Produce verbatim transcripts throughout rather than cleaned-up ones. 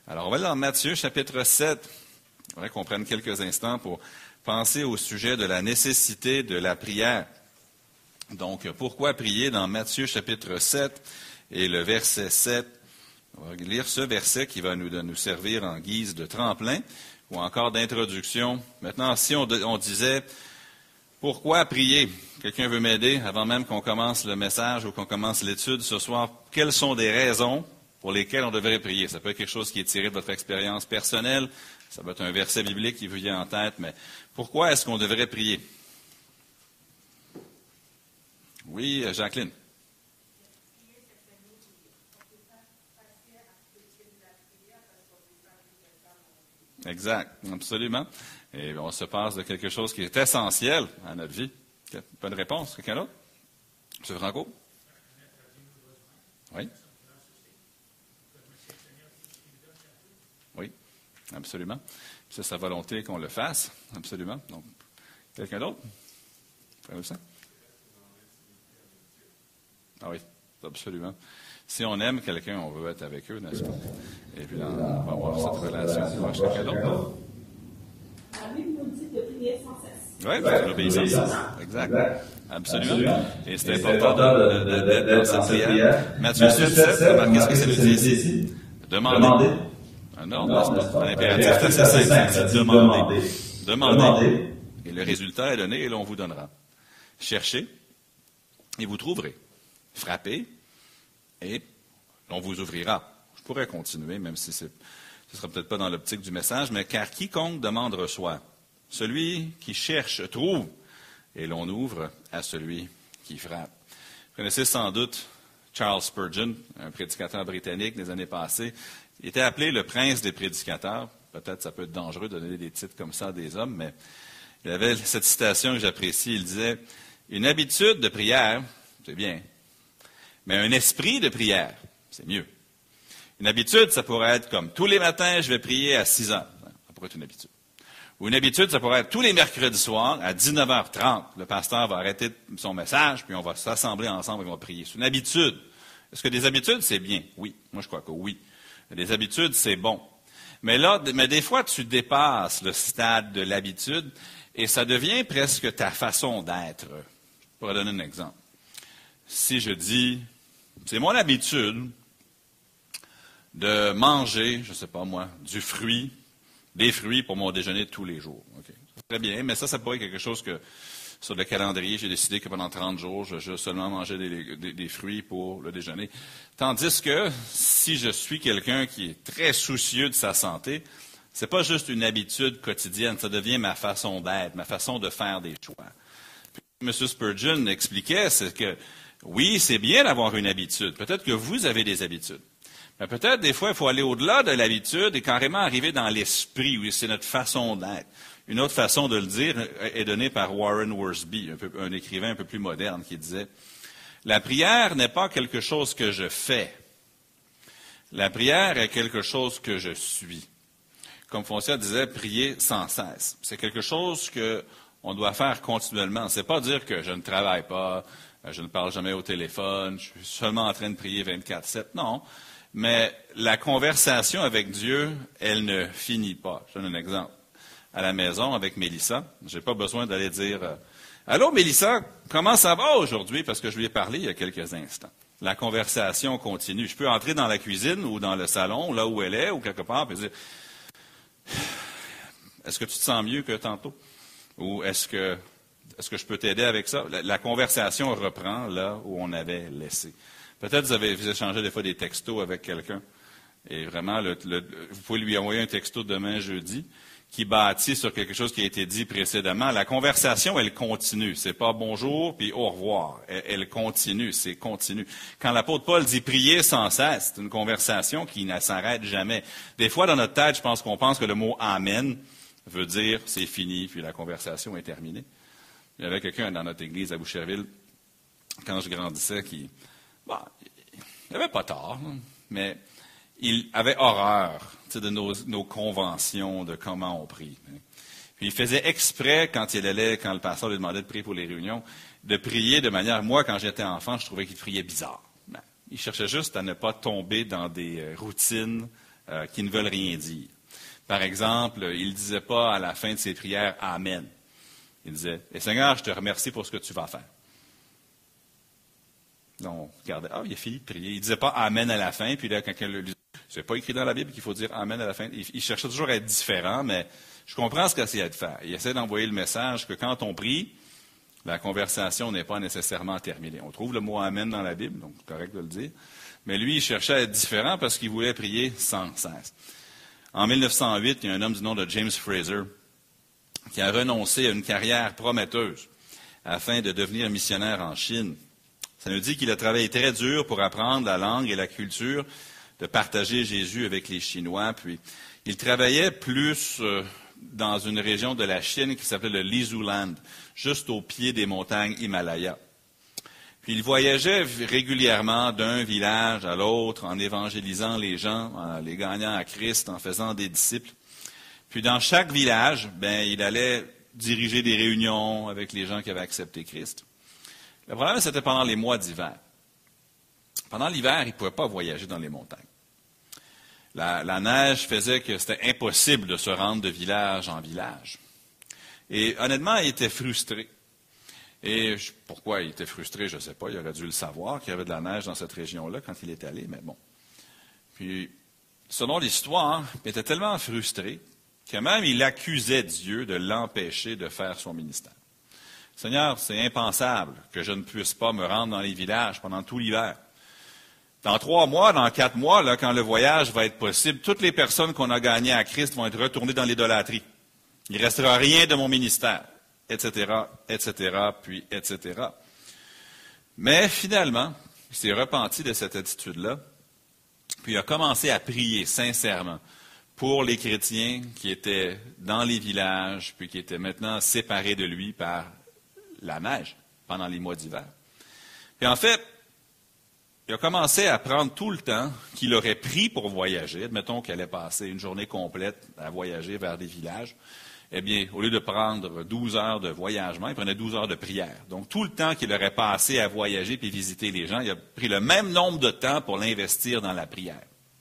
Alors, on va aller dans Matthieu, chapitre sept. J'aimerais qu'on prenne quelques instants pour penser au sujet de la nécessité de la prière. Donc, pourquoi prier dans Matthieu, chapitre sept, et le verset sept? On va lire ce verset qui va nous, nous servir en guise de tremplin ou encore d'introduction. Maintenant, si on, on disait, pourquoi prier? Quelqu'un veut m'aider avant même qu'on commence le message ou qu'on commence l'étude ce soir? Quelles sont des raisons pour lesquelles on devrait prier? Ça peut être quelque chose qui est tiré de votre expérience personnelle, ça peut être un verset biblique qui vous vient en tête, mais pourquoi est-ce qu'on devrait prier? Oui, Jacqueline. Exact, absolument. Et on se passe de quelque chose qui est essentiel à notre vie. Pas de réponse? Quelqu'un d'autre? M. Franco? Oui. Oui, absolument. C'est sa volonté qu'on le fasse, absolument. Donc, quelqu'un d'autre? Frère Lucien? Ah oui, absolument. Si on aime quelqu'un, on veut être avec eux, n'est-ce pas? Et puis, là, on va avoir cette relation proche. Quelqu'un d'autre? La Bible nous dit de prier sans cesse. Oui, c'est l'obéissance. Exact. Absolument. Et c'est important d'être dans cette prière. Matthieu sept, sept, remarquez ce que ça veut dire ici. Demander. Un ordre, n'est-ce pas? Un impératif, c'est assez simple. C'est demander. Demander. Et le résultat est donné et l'on vous donnera. Cherchez et vous trouverez. Frappez et l'on vous ouvrira. Je pourrais continuer, même si c'est, ce ne sera peut-être pas dans l'optique du message, mais car quiconque demande reçoit. Celui qui cherche trouve, et l'on ouvre à celui qui frappe. Vous connaissez sans doute Charles Spurgeon, un prédicateur britannique des années passées. Il était appelé le prince des prédicateurs. Peut-être ça peut être dangereux de donner des titres comme ça à des hommes, mais il avait cette citation que j'apprécie. Il disait, « Une habitude de prière, c'est bien, mais un esprit de prière, c'est mieux. Une habitude, ça pourrait être comme tous les matins, je vais prier à six heures. Ça pourrait être une habitude. Ou une habitude, ça pourrait être tous les mercredis soirs, à dix-neuf heures trente. Le pasteur va arrêter son message, puis on va s'assembler ensemble et on va prier. C'est une habitude. Est-ce que des habitudes, c'est bien? Oui. Moi, je crois que oui. Des habitudes, c'est bon. Mais là, mais des fois, tu dépasses le stade de l'habitude et ça devient presque ta façon d'être. Je pourrais donner un exemple. Si je dis, c'est mon habitude de manger, je ne sais pas moi, du fruit, des fruits pour mon déjeuner tous les jours. Okay. Très bien, mais ça, ça pourrait être quelque chose que, sur le calendrier, j'ai décidé que pendant trente jours, je, je seulement mangeais des, des, des fruits pour le déjeuner. Tandis que, si je suis quelqu'un qui est très soucieux de sa santé, c'est pas juste une habitude quotidienne, ça devient ma façon d'être, ma façon de faire des choix. Puis, M. Spurgeon expliquait, c'est que, oui, c'est bien d'avoir une habitude. Peut-être que vous avez des habitudes. Mais peut-être, des fois, il faut aller au-delà de l'habitude et carrément arriver dans l'esprit, où c'est notre façon d'être. Une autre façon de le dire est donnée par Warren Wiersbe, un, peu, un écrivain un peu plus moderne, qui disait « La prière n'est pas quelque chose que je fais. La prière est quelque chose que je suis. » Comme Foncia disait, prier sans cesse. C'est quelque chose qu'on doit faire continuellement. C'est pas dire que je ne travaille pas, je ne parle jamais au téléphone, je suis seulement en train de prier vingt-quatre sept. Non. Mais la conversation avec Dieu, elle ne finit pas. Je donne un exemple. À la maison, avec Mélissa, je n'ai pas besoin d'aller dire euh, « Allô, Mélissa, comment ça va aujourd'hui? » Parce que je lui ai parlé il y a quelques instants. La conversation continue. Je peux entrer dans la cuisine ou dans le salon, là où elle est, ou quelque part, et dire « Est-ce que tu te sens mieux que tantôt? » Ou « Est-ce que, est-ce que je peux t'aider avec ça? » La, la conversation reprend là où on avait laissé. Peut-être que vous avez vous échangé des fois des textos avec quelqu'un. Et vraiment, le, le, vous pouvez lui envoyer un texto demain, jeudi, qui bâtit sur quelque chose qui a été dit précédemment. La conversation, elle continue. C'est pas bonjour, puis au revoir. Elle, elle continue, c'est continu. Quand l'apôtre Paul dit prier sans cesse, c'est une conversation qui ne s'arrête jamais. Des fois, dans notre tête, je pense qu'on pense que le mot « amen » veut dire « c'est fini », puis la conversation est terminée. Il y avait quelqu'un dans notre église à Boucherville, quand je grandissais, qui... Bon, il n'avait pas tort, mais il avait horreur de nos, nos conventions de comment on prie. Puis il faisait exprès, quand il allait, quand le pasteur lui demandait de prier pour les réunions, de prier de manière... Moi, quand j'étais enfant, je trouvais qu'il priait bizarre. Il cherchait juste à ne pas tomber dans des routines euh, qui ne veulent rien dire. Par exemple, il ne disait pas à la fin de ses prières « Amen ». Il disait « Et Seigneur, je te remercie pour ce que tu vas faire ». Donc, regardez, ah, il a fini de prier. Il ne disait pas « Amen » à la fin, puis là, quand quelqu'un le disait, c'est pas écrit dans la Bible qu'il faut dire « Amen » à la fin. Il, il cherchait toujours à être différent, mais je comprends ce qu'il essayait de faire. Il essaie d'envoyer le message que quand on prie, la conversation n'est pas nécessairement terminée. On trouve le mot « Amen » dans la Bible, donc c'est correct de le dire. Mais lui, il cherchait à être différent parce qu'il voulait prier sans cesse. En mille neuf cent huit, il y a un homme du nom de James Fraser qui a renoncé à une carrière prometteuse afin de devenir missionnaire en Chine. Ça nous dit qu'il a travaillé très dur pour apprendre la langue et la culture, de partager Jésus avec les Chinois. Puis, il travaillait plus euh, dans une région de la Chine qui s'appelait le Lizuland, juste au pied des montagnes Himalaya. Puis, il voyageait régulièrement d'un village à l'autre en évangélisant les gens, en les gagnant à Christ, en faisant des disciples. Puis, dans chaque village, ben, il allait diriger des réunions avec les gens qui avaient accepté Christ. Le problème, c'était pendant les mois d'hiver. Pendant l'hiver, il ne pouvait pas voyager dans les montagnes. La, la neige faisait que c'était impossible de se rendre de village en village. Et honnêtement, il était frustré. Et je, pourquoi il était frustré, je ne sais pas. Il aurait dû le savoir qu'il y avait de la neige dans cette région-là quand il est allé, mais bon. Puis, selon l'histoire, il était tellement frustré que même il accusait Dieu de l'empêcher de faire son ministère. Seigneur, c'est impensable que je ne puisse pas me rendre dans les villages pendant tout l'hiver. Dans trois mois, dans quatre mois, là, quand le voyage va être possible, toutes les personnes qu'on a gagnées à Christ vont être retournées dans l'idolâtrie. Il ne restera rien de mon ministère, et cetera, et cetera, puis et cetera. Mais finalement, il s'est repenti de cette attitude-là, puis il a commencé à prier sincèrement pour les chrétiens qui étaient dans les villages, puis qui étaient maintenant séparés de lui par la neige pendant les mois d'hiver. Puis en fait, il a commencé à prendre tout le temps qu'il aurait pris pour voyager. Admettons qu'il allait passer une journée complète à voyager vers des villages. Eh bien, au lieu de prendre douze heures de voyagement, il prenait douze heures de prière. Donc, tout le temps qu'il aurait passé à voyager puis visiter les gens, il a pris le même nombre de temps pour l'investir dans la prière.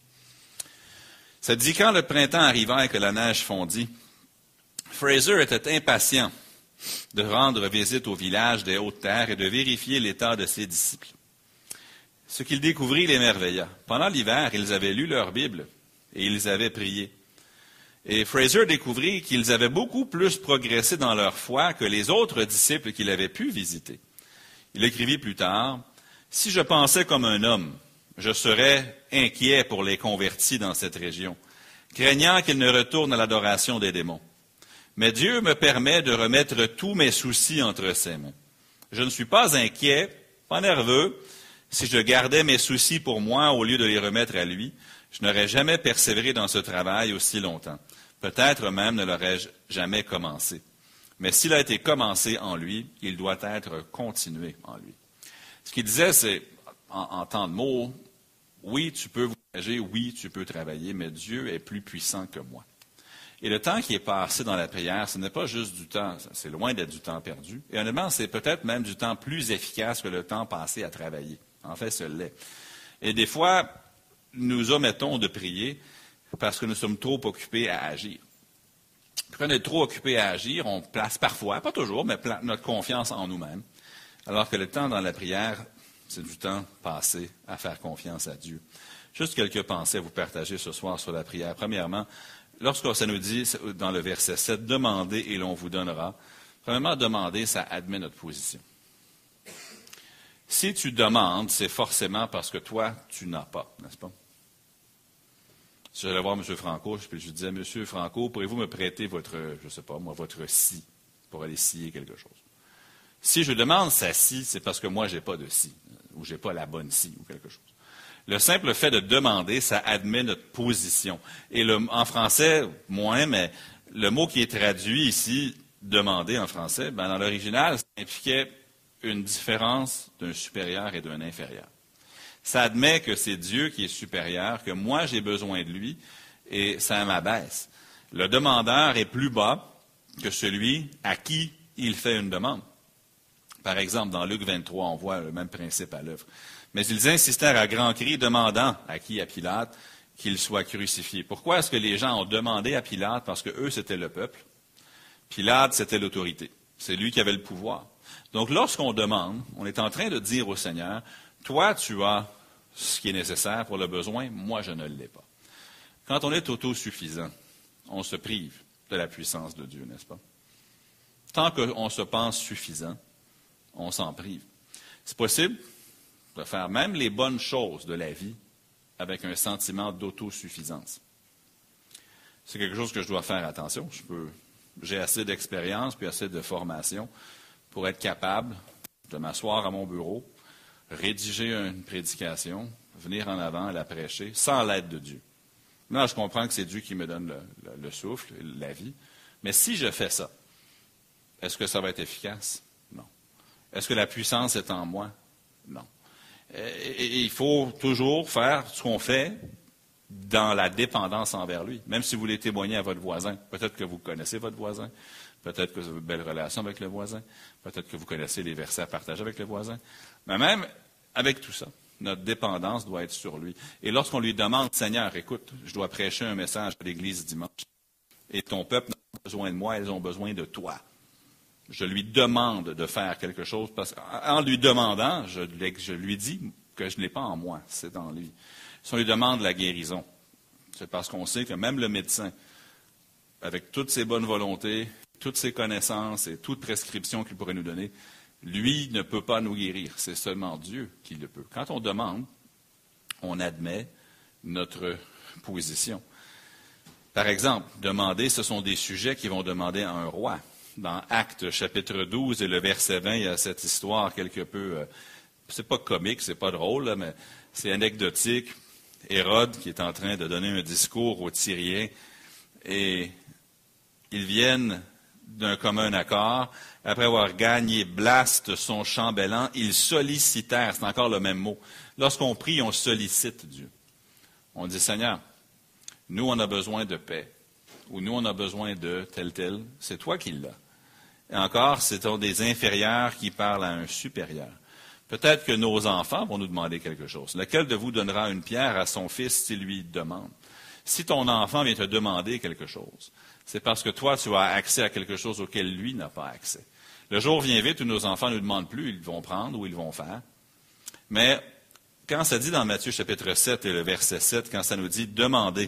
Ça dit, quand le printemps arriva et que la neige fondit, Fraser était impatient de rendre visite au village des Hautes-Terres et de vérifier l'état de ses disciples. Ce qu'il découvrit l'émerveilla. Pendant l'hiver, ils avaient lu leur Bible et ils avaient prié. Et Fraser découvrit qu'ils avaient beaucoup plus progressé dans leur foi que les autres disciples qu'il avait pu visiter. Il écrivit plus tard, « Si je pensais comme un homme, je serais inquiet pour les convertis dans cette région, craignant qu'ils ne retournent à l'adoration des démons. Mais Dieu me permet de remettre tous mes soucis entre ses mains. Je ne suis pas inquiet, pas nerveux. Si je gardais mes soucis pour moi au lieu de les remettre à lui, je n'aurais jamais persévéré dans ce travail aussi longtemps. Peut-être même ne l'aurais-je jamais commencé. Mais s'il a été commencé en lui, il doit être continué en lui. » Ce qu'il disait, c'est, en, en temps de mots, oui, tu peux voyager, oui, tu peux travailler, mais Dieu est plus puissant que moi. Et le temps qui est passé dans la prière, ce n'est pas juste du temps, c'est loin d'être du temps perdu. Et honnêtement, c'est peut-être même du temps plus efficace que le temps passé à travailler. En fait, ce l'est. Et des fois, nous omettons de prier parce que nous sommes trop occupés à agir. Puis quand on est trop occupés à agir, on place parfois, pas toujours, mais notre confiance en nous-mêmes. Alors que le temps dans la prière, c'est du temps passé à faire confiance à Dieu. Juste quelques pensées à vous partager ce soir sur la prière. Premièrement, lorsque ça nous dit dans le verset sept, « Demandez et l'on vous donnera », premièrement, demander, ça admet notre position. Si tu demandes, c'est forcément parce que toi, tu n'as pas, n'est-ce pas? Si j'allais voir M. Franco, puis je lui disais, « M. Franco, pourriez-vous me prêter votre, je ne sais pas, moi, votre scie pour aller scier quelque chose? » Si je demande sa scie, c'est parce que moi, je n'ai pas de scie, ou je n'ai pas la bonne scie, ou quelque chose. Le simple fait de demander, ça admet notre position. Et le, en français, moins, mais le mot qui est traduit ici, demander en français, ben dans l'original, ça impliquait une différence d'un supérieur et d'un inférieur. Ça admet que c'est Dieu qui est supérieur, que moi j'ai besoin de lui, et ça m'abaisse. Le demandeur est plus bas que celui à qui il fait une demande. Par exemple, dans Luc vingt-trois, on voit le même principe à l'œuvre. Mais ils insistèrent à grands cris, demandant à qui? À Pilate. qu'il soit crucifié. Pourquoi est-ce que les gens ont demandé à Pilate? Parce que eux, c'était le peuple. Pilate, c'était l'autorité. C'est lui qui avait le pouvoir. Donc, lorsqu'on demande, on est en train de dire au Seigneur, toi, tu as ce qui est nécessaire pour le besoin, moi, je ne l'ai pas. Quand on est autosuffisant, on se prive de la puissance de Dieu, n'est-ce pas? Tant qu'on se pense suffisant, on s'en prive. C'est possible de faire même les bonnes choses de la vie avec un sentiment d'autosuffisance. C'est quelque chose que je dois faire attention. Je peux, j'ai assez d'expérience puis assez de formation pour être capable de m'asseoir à mon bureau, rédiger une prédication, venir en avant et la prêcher sans l'aide de Dieu. Là, je comprends que c'est Dieu qui me donne le, le, le souffle, la vie. Mais si je fais ça, est-ce que ça va être efficace? Non. Est-ce que la puissance est en moi? Non. Et, et, il faut toujours faire ce qu'on fait dans la dépendance envers lui. Même si vous voulez témoigner à votre voisin, peut-être que vous connaissez votre voisin, peut-être que vous avez une belle relation avec le voisin, peut-être que vous connaissez les versets à partager avec le voisin. Mais même avec tout ça, notre dépendance doit être sur lui. Et lorsqu'on lui demande, Seigneur, écoute, je dois prêcher un message à l'Église dimanche, et ton peuple n'a pas besoin de moi, ils ont besoin de toi. Je lui demande de faire quelque chose, parce qu'en lui demandant, je, je lui dis que je ne l'ai pas en moi, c'est en lui. Si on lui demande la guérison, c'est parce qu'on sait que même le médecin, avec toutes ses bonnes volontés, toutes ses connaissances et toute prescription qu'il pourrait nous donner, lui ne peut pas nous guérir. C'est seulement Dieu qui le peut. Quand on demande, on admet notre position. Par exemple, demander, ce sont des sujets qui vont demander à un roi. Dans Actes, chapitre douze et le verset vingt, il y a cette histoire quelque peu, euh, c'est pas comique, c'est pas drôle, là, mais c'est anecdotique. Hérode qui est en train de donner un discours aux Tyriens et ils viennent d'un commun accord. Après avoir gagné Blaste, son chambellan, ils sollicitèrent, c'est encore le même mot. Lorsqu'on prie, on sollicite Dieu. On dit, Seigneur, nous on a besoin de paix, ou nous on a besoin de tel tel, c'est toi qui l'as. Et encore, c'est des inférieurs qui parlent à un supérieur. Peut-être que nos enfants vont nous demander quelque chose. Lequel de vous donnera une pierre à son fils s'il lui demande? Si ton enfant vient te demander quelque chose, c'est parce que toi, tu as accès à quelque chose auquel lui n'a pas accès. Le jour vient vite où nos enfants ne nous demandent plus, ils vont prendre ou ils vont faire. Mais quand ça dit dans Matthieu chapitre sept et le verset sept, quand ça nous dit « demandez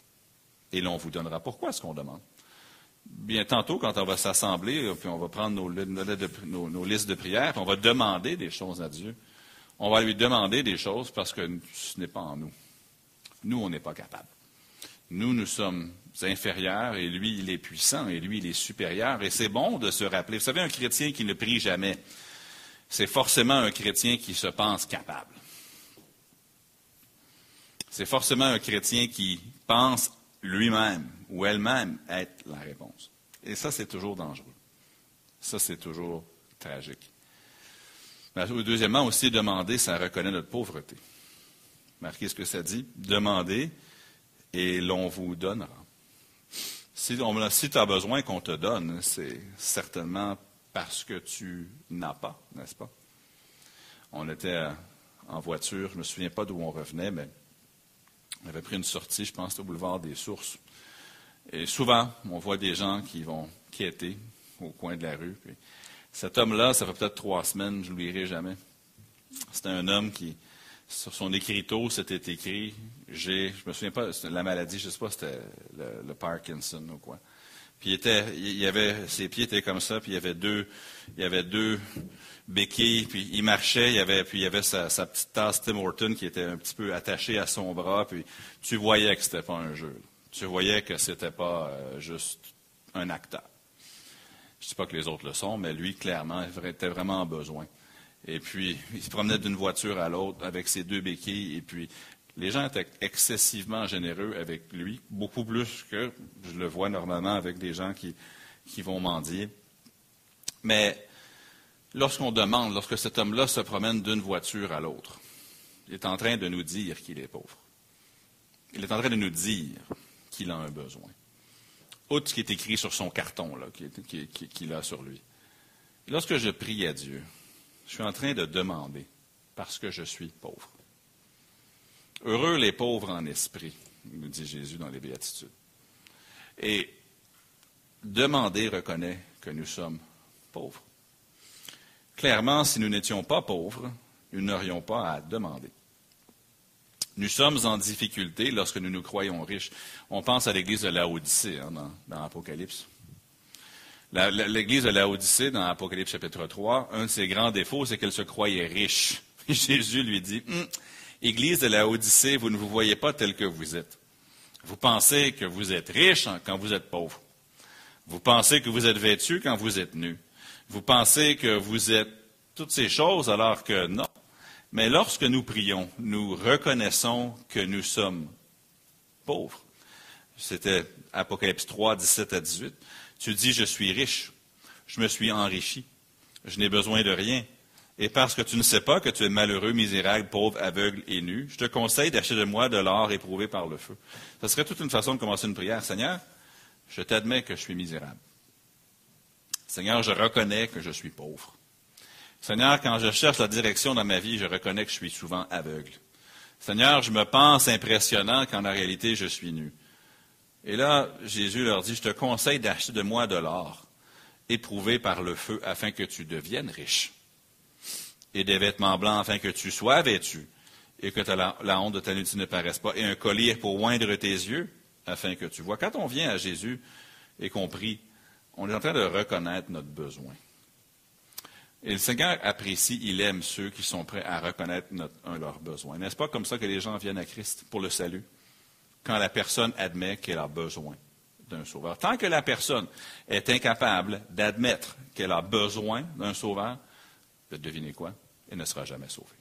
et l'on vous donnera », pourquoi est-ce qu'on demande? Bien, tantôt, quand on va s'assembler, puis on va prendre nos, nos, nos listes de prières, puis on va demander des choses à Dieu. On va lui demander des choses parce que ce n'est pas en nous. Nous, on n'est pas capable. Nous, nous sommes inférieurs et lui, il est puissant et lui, il est supérieur. Et c'est bon de se rappeler. Vous savez, un chrétien qui ne prie jamais, c'est forcément un chrétien qui se pense capable. C'est forcément un chrétien qui pense lui-même ou elle-même être la réponse. Et ça, c'est toujours dangereux. Ça, c'est toujours tragique. Mais deuxièmement, aussi, demander, ça reconnaît notre pauvreté. Marquez ce que ça dit. Demandez et l'on vous donnera. Si, si tu as besoin qu'on te donne, c'est certainement parce que tu n'as pas, n'est-ce pas? On était en voiture, je ne me souviens pas d'où on revenait, mais on avait pris une sortie, je pense, au boulevard des Sources. Et souvent, on voit des gens qui vont quêter au coin de la rue. Puis cet homme-là, ça fait peut-être trois semaines, je ne l'oublierai jamais. C'était un homme qui, sur son écriteau, c'était écrit, j'ai, je me souviens pas, la maladie, je ne sais pas, c'était le, le Parkinson ou quoi. Puis il était, il y avait, ses pieds étaient comme ça, puis il y avait deux, il y avait deux béquilles, puis il marchait, il y avait, puis il y avait sa, sa petite tasse Tim Horton qui était un petit peu attachée à son bras, puis tu voyais que c'était pas un jeu. Tu voyais que c'était pas euh, juste un acteur. Je ne dis pas que les autres le sont, mais lui, clairement, il était vraiment en besoin. Et puis, il se promenait d'une voiture à l'autre avec ses deux béquilles, et puis les gens étaient excessivement généreux avec lui, beaucoup plus que je le vois normalement avec des gens qui, qui vont mendier. Mais lorsqu'on demande, lorsque cet homme-là se promène d'une voiture à l'autre, il est en train de nous dire qu'il est pauvre. Il est en train de nous dire qu'il a un besoin. Outre ce qui est écrit sur son carton, là, qu'il, qu'il, qu'il a sur lui. Et lorsque je prie à Dieu, je suis en train de demander parce que je suis pauvre. Heureux les pauvres en esprit, nous dit Jésus dans les Béatitudes. Et demander reconnaît que nous sommes pauvres. Clairement, si nous n'étions pas pauvres, nous n'aurions pas à demander. Nous sommes en difficulté lorsque nous nous croyons riches. On pense à l'église de Laodicée hein, dans, dans l'Apocalypse. La, la, l'église de Laodicée, dans Apocalypse chapitre trois, un de ses grands défauts, c'est qu'elle se croyait riche. Jésus lui dit, hm, « Église de Laodicée, vous ne vous voyez pas tel que vous êtes. Vous pensez que vous êtes riche quand vous êtes pauvre. Vous pensez que vous êtes vêtu quand vous êtes nu. Vous pensez que vous êtes toutes ces choses alors que non. Mais lorsque nous prions, nous reconnaissons que nous sommes pauvres. » C'était Apocalypse trois, dix-sept à dix-huit. Tu dis, je suis riche, je me suis enrichi, je n'ai besoin de rien. Et parce que tu ne sais pas que tu es malheureux, misérable, pauvre, aveugle et nu, je te conseille d'acheter de moi de l'or éprouvé par le feu. Ce serait toute une façon de commencer une prière. Seigneur, je t'admets que je suis misérable. Seigneur, je reconnais que je suis pauvre. Seigneur, quand je cherche la direction dans ma vie, je reconnais que je suis souvent aveugle. Seigneur, je me pense impressionnant quand en réalité je suis nu. Et là, Jésus leur dit, je te conseille d'acheter de moi de l'or, éprouvé par le feu, afin que tu deviennes riche, et des vêtements blancs, afin que tu sois vêtu, et que la, la honte de ta nudité ne paraisse pas, et un collier pour oindre tes yeux, afin que tu vois. Quand on vient à Jésus et qu'on prie, on est en train de reconnaître notre besoin. Et le Seigneur apprécie, il aime ceux qui sont prêts à reconnaître notre, un, leurs besoins. N'est-ce pas comme ça que les gens viennent à Christ pour le salut? Quand la personne admet qu'elle a besoin d'un sauveur. Tant que la personne est incapable d'admettre qu'elle a besoin d'un sauveur, devinez quoi? Elle ne sera jamais sauvée.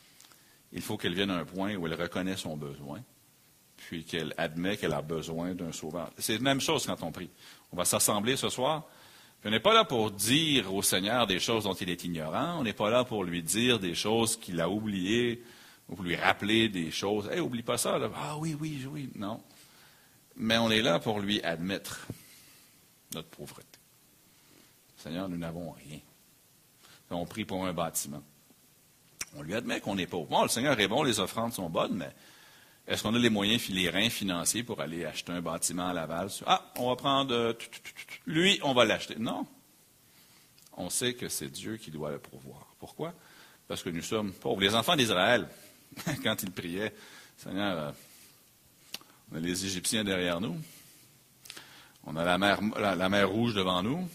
Il faut qu'elle vienne à un point où elle reconnaît son besoin, puis qu'elle admet qu'elle a besoin d'un sauveur. C'est la même chose quand on prie. On va s'assembler ce soir. Puis on n'est pas là pour dire au Seigneur des choses dont il est ignorant. On n'est pas là pour lui dire des choses qu'il a oubliées, ou pour lui rappeler des choses. « Hey, oublie pas ça. » Ah oui, oui, oui. Non. Mais on est là pour lui admettre notre pauvreté. Seigneur, nous n'avons rien. On prie pour un bâtiment. On lui admet qu'on est pauvre. Bon, le Seigneur est bon, les offrandes sont bonnes, mais est-ce qu'on a les moyens, les reins financiers pour aller acheter un bâtiment à Laval? Ah, on va prendre... Euh, lui, on va l'acheter. Non. On sait que c'est Dieu qui doit le pourvoir. Pourquoi? Parce que nous sommes pauvres. Les enfants d'Israël, quand ils priaient, Seigneur, euh, on a les Égyptiens derrière nous, on a la mer, la, la mer Rouge devant nous,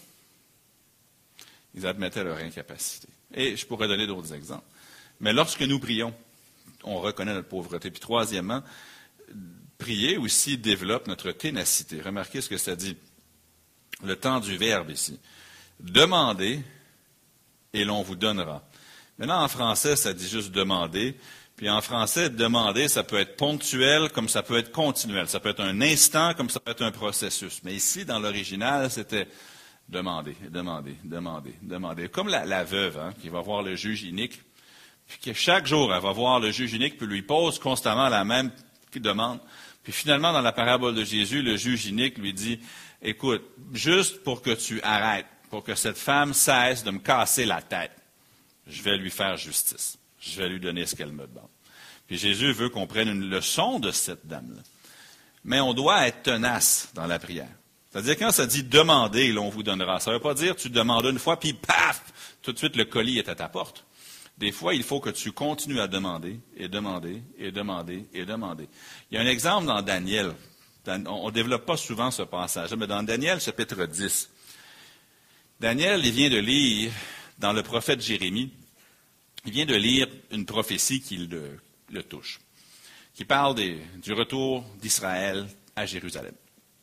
ils admettaient leur incapacité. Et je pourrais donner d'autres exemples. Mais lorsque nous prions, on reconnaît notre pauvreté. Puis troisièmement, prier aussi développe notre ténacité. Remarquez ce que ça dit, le temps du verbe ici. Demandez et l'on vous donnera. Maintenant, en français, ça dit juste demander. Puis en français, demander, ça peut être ponctuel comme ça peut être continuel. Ça peut être un instant comme ça peut être un processus. Mais ici, dans l'original, c'était demander, demander, demander, demander. Comme la, la veuve hein, qui va voir le juge inique. Puis que chaque jour, elle va voir le juge inique, puis lui pose constamment la même demande. Puis finalement, dans la parabole de Jésus, le juge inique lui dit, « Écoute, juste pour que tu arrêtes, pour que cette femme cesse de me casser la tête, je vais lui faire justice. Je vais lui donner ce qu'elle me demande. » Puis Jésus veut qu'on prenne une leçon de cette dame-là. Mais on doit être tenace dans la prière. C'est-à-dire, quand ça dit « demander, l'on vous donnera », ça ne veut pas dire « tu demandes une fois, puis paf, tout de suite le colis est à ta porte ». Des fois, il faut que tu continues à demander, et demander, et demander, et demander. Il y a un exemple dans Daniel. On ne développe pas souvent ce passage, mais dans Daniel, chapitre dix. Daniel, il vient de lire, dans le prophète Jérémie, il vient de lire une prophétie qui le, le touche, qui parle des, du retour d'Israël à Jérusalem.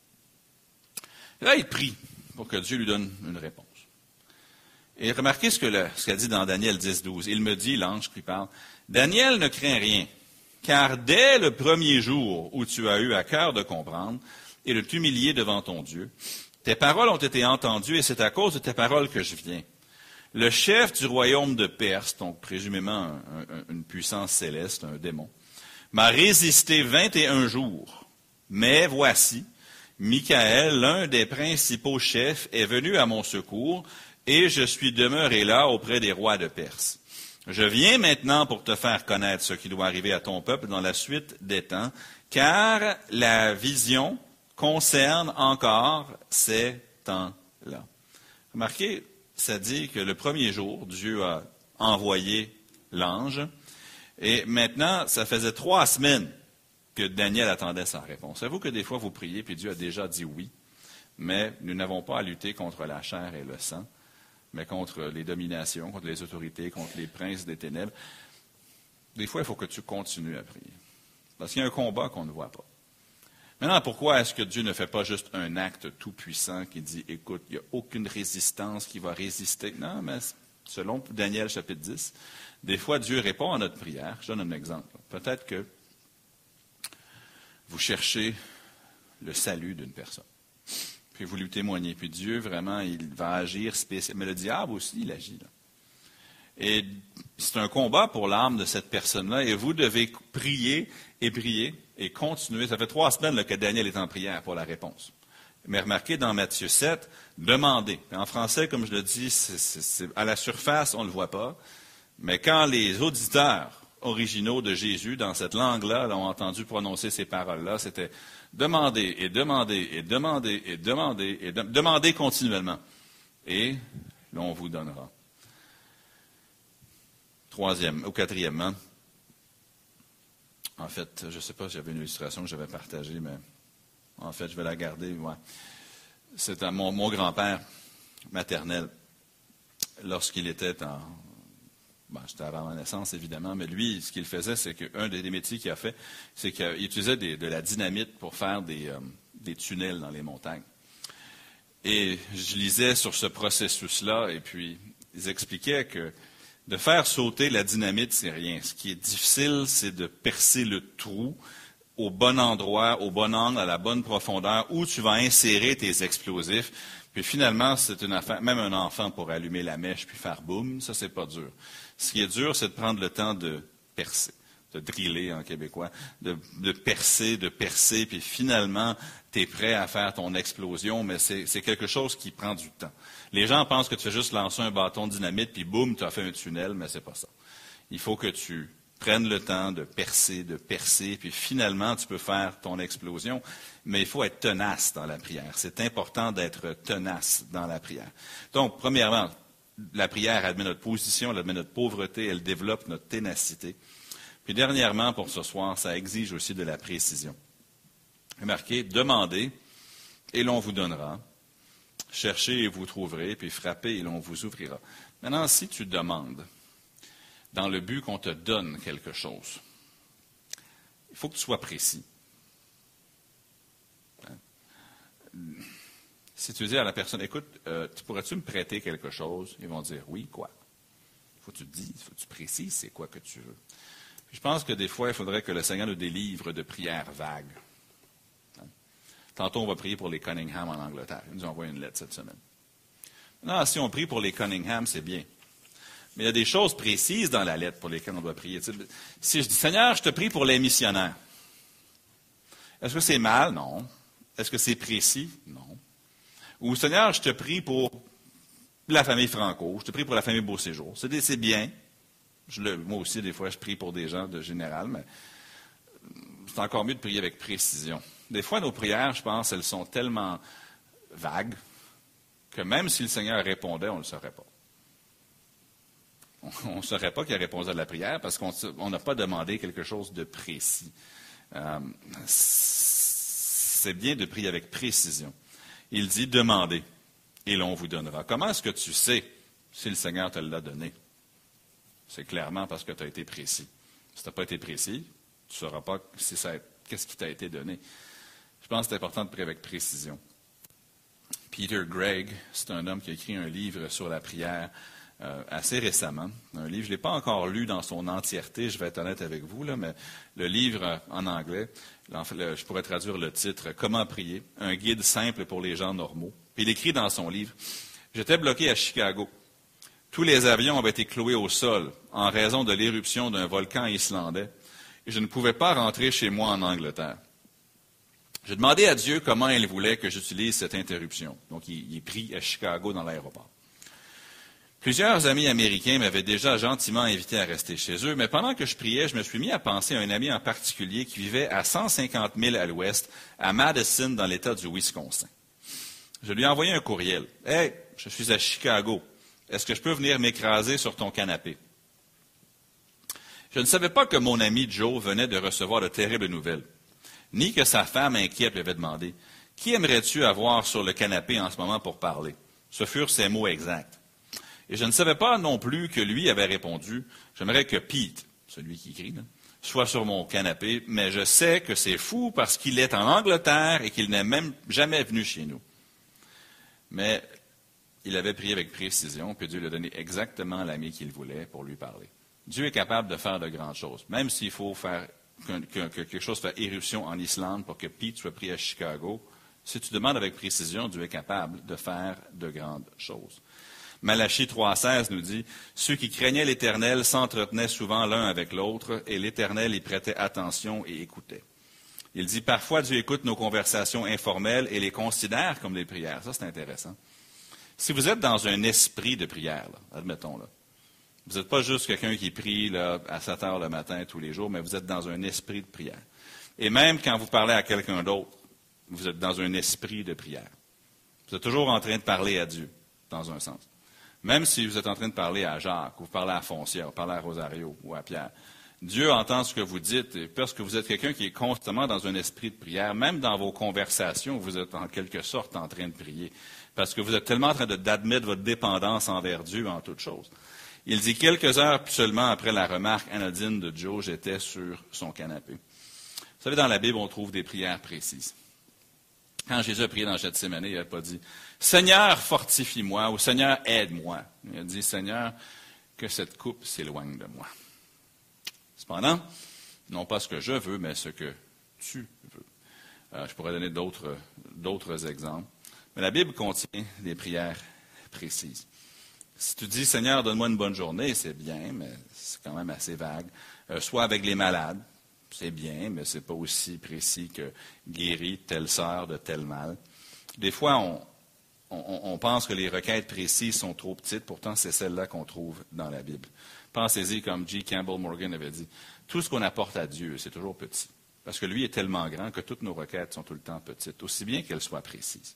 Et là, il prie pour que Dieu lui donne une réponse. Et remarquez ce, que le, ce qu'a dit dans Daniel dix, douze. Il me dit, l'ange qui parle, « Daniel ne craint rien, car dès le premier jour où tu as eu à cœur de comprendre et de t'humilier devant ton Dieu, tes paroles ont été entendues et c'est à cause de tes paroles que je viens. Le chef du royaume de Perse, donc présumément un, un, une puissance céleste, un démon, m'a résisté vingt et un jours. Mais voici, Michaël, l'un des principaux chefs, est venu à mon secours, et je suis demeuré là auprès des rois de Perse. Je viens maintenant pour te faire connaître ce qui doit arriver à ton peuple dans la suite des temps, car la vision concerne encore ces temps-là. Remarquez, ça dit que le premier jour, Dieu a envoyé l'ange, et maintenant, ça faisait trois semaines que Daniel attendait sa réponse. Savez-vous que des fois, vous priez, puis Dieu a déjà dit oui, mais nous n'avons pas à lutter contre la chair et le sang, mais contre les dominations, contre les autorités, contre les princes des ténèbres. Des fois, il faut que tu continues à prier, parce qu'il y a un combat qu'on ne voit pas. Maintenant, pourquoi est-ce que Dieu ne fait pas juste un acte tout-puissant qui dit, écoute, il n'y a aucune résistance qui va résister? Non, mais selon Daniel chapitre dix, des fois, Dieu répond à notre prière. Je donne un exemple. Peut-être que vous cherchez le salut d'une personne, puis vous lui témoignez, puis Dieu, vraiment, il va agir spécialement. Mais le diable aussi, il agit là. Et c'est un combat pour l'âme de cette personne-là, et vous devez prier et prier et continuer. Ça fait trois semaines là, que Daniel est en prière pour la réponse. Mais remarquez dans Matthieu sept, demandez. En français, comme je le dis, c'est, c'est, c'est, à la surface, on ne le voit pas. Mais quand les auditeurs originaux de Jésus, dans cette langue-là, ont entendu prononcer ces paroles-là, c'était demander et demander et demander et demander et de, demander continuellement. Et l'on vous donnera. Troisième, ou quatrièmement, en fait, je ne sais pas si j'avais une illustration que j'avais partagée, mais en fait, je vais la garder. Ouais. C'est à mon, mon grand-père maternel, lorsqu'il était en... Bon, c'était avant ma naissance, évidemment, mais lui, ce qu'il faisait, c'est qu'un des, des métiers qu'il a fait, c'est qu'il utilisait des, de la dynamite pour faire des, euh, des tunnels dans les montagnes. Et je lisais sur ce processus-là, et puis ils expliquaient que de faire sauter la dynamite, c'est rien. Ce qui est difficile, c'est de percer le trou au bon endroit, au bon angle, à la bonne profondeur, où tu vas insérer tes explosifs. Puis finalement, c'est une affaire, même un enfant pourrait allumer la mèche puis faire boum, ça, c'est pas dur. Ce qui est dur, c'est de prendre le temps de percer, de driller en québécois, de, de percer, de percer, puis finalement, tu es prêt à faire ton explosion, mais c'est, c'est quelque chose qui prend du temps. Les gens pensent que tu fais juste lancer un bâton de dynamite, puis boum, tu as fait un tunnel, mais c'est pas ça. Il faut que tu prennes le temps de percer, de percer, puis finalement, tu peux faire ton explosion, mais il faut être tenace dans la prière. C'est important d'être tenace dans la prière. Donc, premièrement, la prière admet notre position, elle admet notre pauvreté, elle développe notre ténacité. Puis dernièrement, pour ce soir, ça exige aussi de la précision. Remarquez, demandez et l'on vous donnera. Cherchez et vous trouverez, puis frappez et l'on vous ouvrira. Maintenant, si tu demandes dans le but qu'on te donne quelque chose, il faut que tu sois précis. Hein? Si tu dis à la personne, écoute, euh, tu pourrais-tu me prêter quelque chose? Ils vont dire, oui, quoi? Il faut que tu te dises, il faut que tu précises c'est quoi que tu veux. Puis je pense que des fois, il faudrait que le Seigneur nous délivre de prières vagues. Hein? Tantôt, on va prier pour les Cunningham en Angleterre. Ils nous ont envoyé une lettre cette semaine. Non, si on prie pour les Cunningham, c'est bien. Mais il y a des choses précises dans la lettre pour lesquelles on doit prier. Si je dis, Seigneur, je te prie pour les missionnaires, est-ce que c'est mal? Non. Est-ce que c'est précis? Non. Ou, Seigneur, je te prie pour la famille Franco, je te prie pour la famille Beauséjour. C'est, des, c'est bien. Je le, moi aussi, des fois, je prie pour des gens de général, mais c'est encore mieux de prier avec précision. Des fois, nos prières, je pense, elles sont tellement vagues que même si le Seigneur répondait, on ne le saurait pas. On ne saurait pas qu'il a répondu à la prière parce qu'on n'a pas demandé quelque chose de précis. Euh, c'est bien de prier avec précision. Il dit, demandez, et l'on vous donnera. Comment est-ce que tu sais si le Seigneur te l'a donné? C'est clairement parce que tu as été précis. Si tu n'as pas été précis, tu ne sauras pas si ça, qu'est-ce qui t'a été donné. Je pense que c'est important de prier avec précision. Peter Gregg, c'est un homme qui a écrit un livre sur la prière euh, assez récemment. Un livre, je ne l'ai pas encore lu dans son entièreté, je vais être honnête avec vous, là, mais le livre euh, en anglais, le, je pourrais traduire le titre « Comment prier, un guide simple pour les gens normaux ». Puis il écrit dans son livre « J'étais bloqué à Chicago. Tous les avions avaient été cloués au sol en raison de l'éruption d'un volcan islandais et je ne pouvais pas rentrer chez moi en Angleterre. J'ai demandé à Dieu comment il voulait que j'utilise cette interruption. » Donc, il, il est pris à Chicago dans l'aéroport. Plusieurs amis américains m'avaient déjà gentiment invité à rester chez eux, mais pendant que je priais, je me suis mis à penser à un ami en particulier qui vivait à cent cinquante milles à l'ouest, à Madison, dans l'État du Wisconsin. Je lui ai envoyé un courriel. « Hey, je suis à Chicago. Est-ce que je peux venir m'écraser sur ton canapé? » Je ne savais pas que mon ami Joe venait de recevoir de terribles nouvelles, ni que sa femme inquiète lui avait demandé « Qui aimerais-tu avoir sur le canapé en ce moment pour parler? » Ce furent ses mots exacts. Et je ne savais pas non plus que lui avait répondu « J'aimerais que Pete, celui qui écrit, là, soit sur mon canapé, mais je sais que c'est fou parce qu'il est en Angleterre et qu'il n'est même jamais venu chez nous. » Mais il avait prié avec précision, puis Dieu lui a donné exactement l'ami qu'il voulait pour lui parler. Dieu est capable de faire de grandes choses, même s'il faut faire que, que, que quelque chose fasse éruption en Islande pour que Pete soit pris à Chicago. Si tu demandes avec précision, Dieu est capable de faire de grandes choses. Malachie trois seize nous dit « Ceux qui craignaient l'Éternel s'entretenaient souvent l'un avec l'autre, et l'Éternel y prêtait attention et écoutait. » Il dit « Parfois Dieu écoute nos conversations informelles et les considère comme des prières. » Ça, c'est intéressant. Si vous êtes dans un esprit de prière, là, admettons, là, vous n'êtes pas juste quelqu'un qui prie là, à sept heures le matin tous les jours, mais vous êtes dans un esprit de prière. Et même quand vous parlez à quelqu'un d'autre, vous êtes dans un esprit de prière. Vous êtes toujours en train de parler à Dieu, dans un sens. Même si vous êtes en train de parler à Jacques, ou vous parlez à Foncia, ou vous parlez à Rosario, ou à Pierre, Dieu entend ce que vous dites, et parce que vous êtes quelqu'un qui est constamment dans un esprit de prière, même dans vos conversations, vous êtes en quelque sorte en train de prier, parce que vous êtes tellement en train de, d'admettre votre dépendance envers Dieu en toute chose. Il dit, quelques heures seulement après la remarque anodine de Joe, j'étais sur son canapé. Vous savez, dans la Bible, on trouve des prières précises. Quand Jésus a prié dans Gethsémani, il n'a pas dit « Seigneur, fortifie-moi » ou « Seigneur, aide-moi ». Il a dit « Seigneur, que cette coupe s'éloigne de moi ». Cependant, non pas ce que je veux, mais ce que tu veux. Euh, je pourrais donner d'autres, d'autres exemples. Mais la Bible contient des prières précises. Si tu dis « Seigneur, donne-moi une bonne journée », c'est bien, mais c'est quand même assez vague. Euh, soit avec les malades. C'est bien, mais ce n'est pas aussi précis que guérir telle sœur de tel mal. Des fois, on, on, on pense que les requêtes précises sont trop petites, pourtant c'est celles-là qu'on trouve dans la Bible. Pensez-y, comme G. Campbell Morgan avait dit, tout ce qu'on apporte à Dieu, c'est toujours petit. Parce que lui est tellement grand que toutes nos requêtes sont tout le temps petites, aussi bien qu'elles soient précises.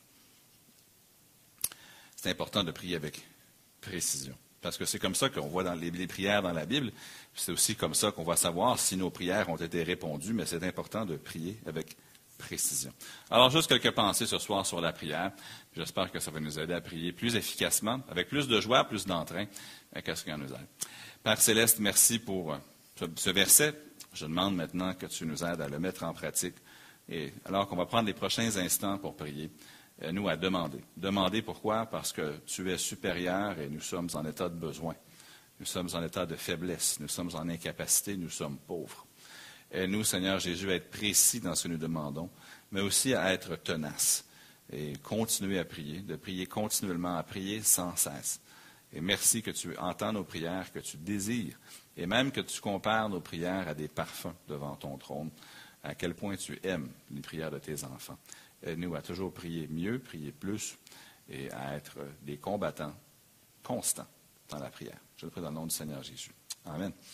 C'est important de prier avec précision. Parce que c'est comme ça qu'on voit dans les, les prières dans la Bible. C'est aussi comme ça qu'on va savoir si nos prières ont été répondues, mais c'est important de prier avec précision. Alors, juste quelques pensées ce soir sur la prière. J'espère que ça va nous aider à prier plus efficacement, avec plus de joie, plus d'entrain. Qu'est-ce qu'il nous aide? Père Céleste, merci pour ce, ce verset. Je demande maintenant que tu nous aides à le mettre en pratique. Et alors qu'on va prendre les prochains instants pour prier, nous à demander. Demander pourquoi? Parce que tu es supérieur et nous sommes en état de besoin. Nous sommes en état de faiblesse. Nous sommes en incapacité. Nous sommes pauvres. Aide-nous, Seigneur Jésus, à être précis dans ce que nous demandons, mais aussi à être tenaces et continuer à prier, de prier continuellement, à prier sans cesse. Et merci que tu entends nos prières, que tu désires, et même que tu compares nos prières à des parfums devant ton trône, à quel point tu aimes les prières de tes enfants. Aide-nous à toujours prier mieux, prier plus, et à être des combattants constants dans la prière. Je le prie dans le nom du Seigneur Jésus. Amen.